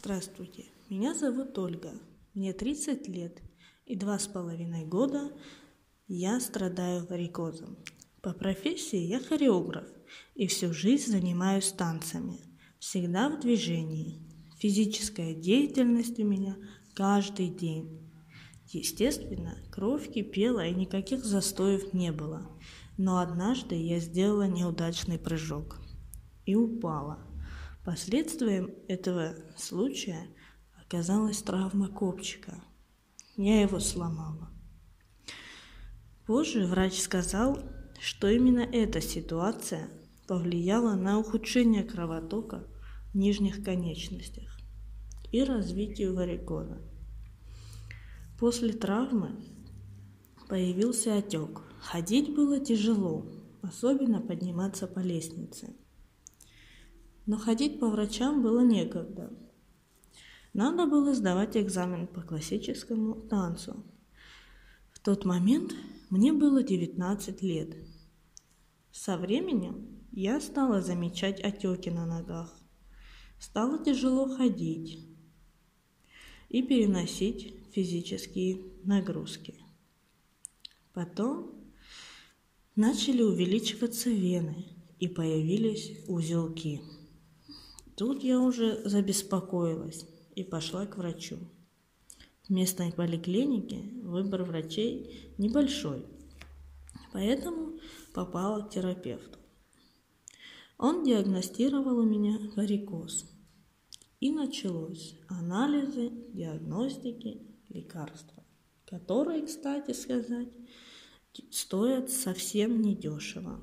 Здравствуйте, меня зовут Ольга, мне 30 лет и 2,5 года я страдаю варикозом. По профессии я хореограф и всю жизнь занимаюсь танцами, всегда в движении. Физическая деятельность у меня каждый день. Естественно, кровь кипела и никаких застоев не было, но однажды я сделала неудачный прыжок и упала. Последствием этого случая оказалась травма копчика. Я его сломала. Позже врач сказал, что именно эта ситуация повлияла на ухудшение кровотока в нижних конечностях и развитие варикоза. После травмы появился отек. Ходить было тяжело, особенно подниматься по лестнице. Но ходить по врачам было некогда. Надо было сдавать экзамен по классическому танцу. В тот момент мне было 19 лет. Со временем я стала замечать отеки на ногах. Стало тяжело ходить и переносить физические нагрузки. Потом начали увеличиваться вены и появились узелки. Тут я уже забеспокоилась и пошла к врачу. В местной поликлинике выбор врачей небольшой, поэтому попала к терапевту. Он диагностировал у меня варикоз. И началось анализы, диагностики, лекарства, которые, кстати сказать, стоят совсем недешево.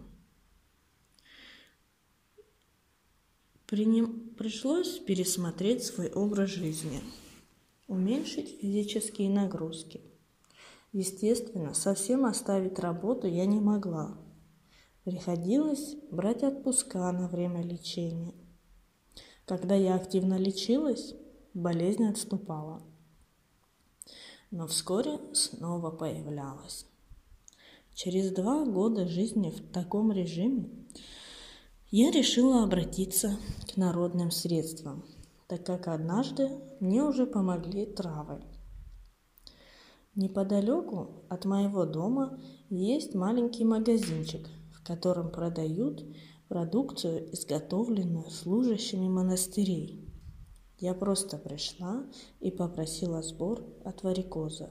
Пришлось пересмотреть свой образ жизни, уменьшить физические нагрузки. Естественно, совсем оставить работу я не могла. Приходилось брать отпуска на время лечения. Когда я активно лечилась, болезнь отступала, но вскоре снова появлялась. Через 2 года жизни в таком режиме я решила обратиться к народным средствам, так как однажды мне уже помогли травы. Неподалеку от моего дома есть маленький магазинчик, в котором продают продукцию, изготовленную служащими монастырей. Я просто пришла и попросила сбор от варикоза.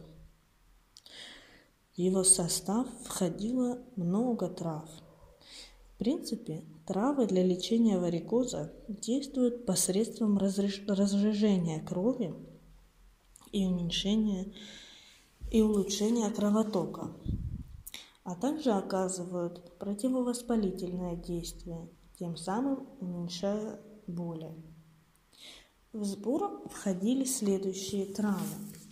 В его состав входило много трав. В принципе, травы для лечения варикоза действуют посредством разжижения крови и уменьшения и улучшения кровотока, а также оказывают противовоспалительное действие, тем самым уменьшая боли. В сбор входили следующие травы: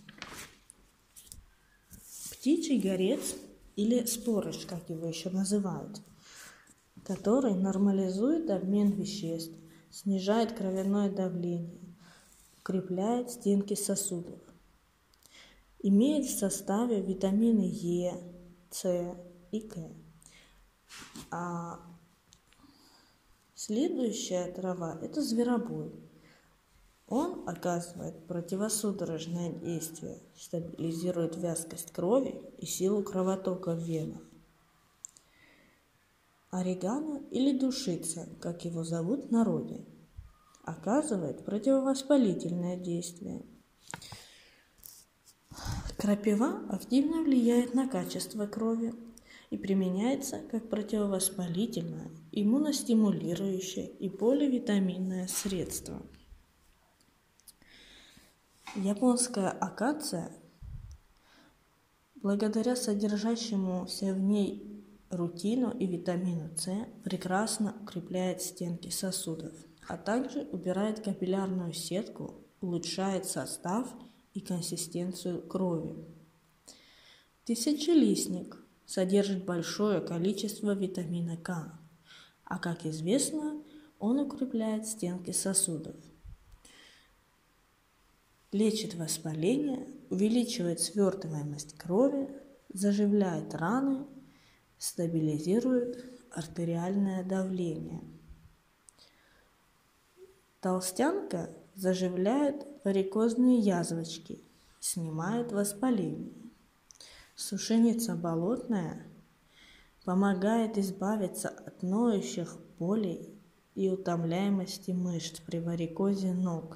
птичий горец или спорыш, как его еще называют, который нормализует обмен веществ, снижает кровяное давление, укрепляет стенки сосудов. Имеет в составе витамины Е, С и К. А следующая трава – это зверобой. Он оказывает противосудорожное действие, стабилизирует вязкость крови и силу кровотока в венах. Орегано или душица, как его зовут в народе, оказывает противовоспалительное действие. Крапива активно влияет на качество крови и применяется как противовоспалительное, иммуностимулирующее и поливитаминное средство. Японская акация, благодаря содержащемуся в ней рутину и витамину С, прекрасно укрепляет стенки сосудов, а также убирает капиллярную сетку, улучшает состав и консистенцию крови. Тысячелистник содержит большое количество витамина К, а, как известно, он укрепляет стенки сосудов, лечит воспаление, увеличивает свертываемость крови, заживляет раны, стабилизирует артериальное давление. Толстянка заживляет варикозные язвочки, снимает воспаление. Сушеница болотная помогает избавиться от ноющих болей и утомляемости мышц при варикозе ног.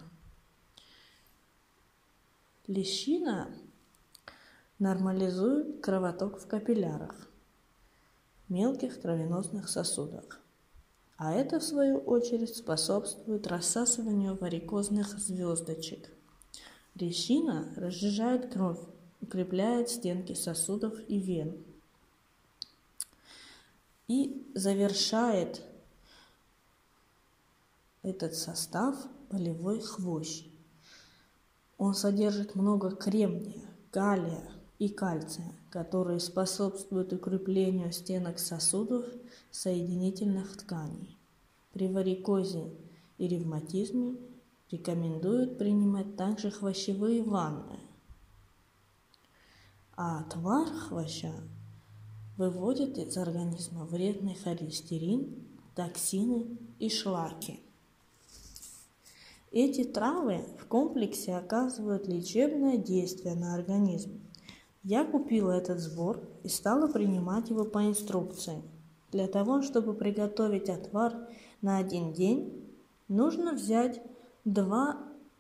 Лещина нормализует кровоток в капиллярах, мелких кровеносных сосудах, а это, в свою очередь, способствует рассасыванию варикозных звездочек. Лещина разжижает кровь, укрепляет стенки сосудов и вен и завершает этот состав болевой хвощ. Он содержит много кремния, калия и кальция, которые способствуют укреплению стенок сосудов соединительных тканей. При варикозе и ревматизме рекомендуют принимать также хвощевые ванны. А отвар хвоща выводит из организма вредный холестерин, токсины и шлаки. Эти травы в комплексе оказывают лечебное действие на организм. Я купила этот сбор и стала принимать его по инструкции. Для того, чтобы приготовить отвар на 1 день, нужно взять 2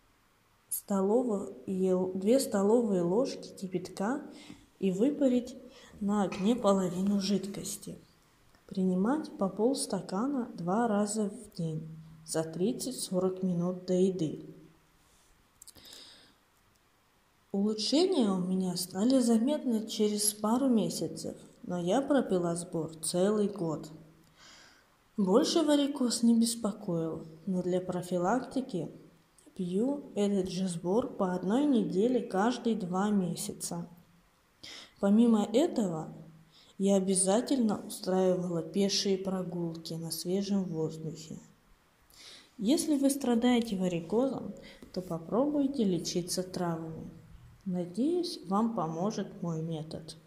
столовые ложки кипятка и выпарить на огне половину жидкости. Принимать по полстакана 2 раза в день за 30-40 минут до еды. Улучшения у меня стали заметны через пару месяцев, но я пропила сбор целый год. Больше варикоз не беспокоил, но для профилактики пью этот же сбор по 1 неделе каждые 2 месяца. Помимо этого, я обязательно устраивала пешие прогулки на свежем воздухе. Если вы страдаете варикозом, то попробуйте лечиться травами. Надеюсь, вам поможет мой метод.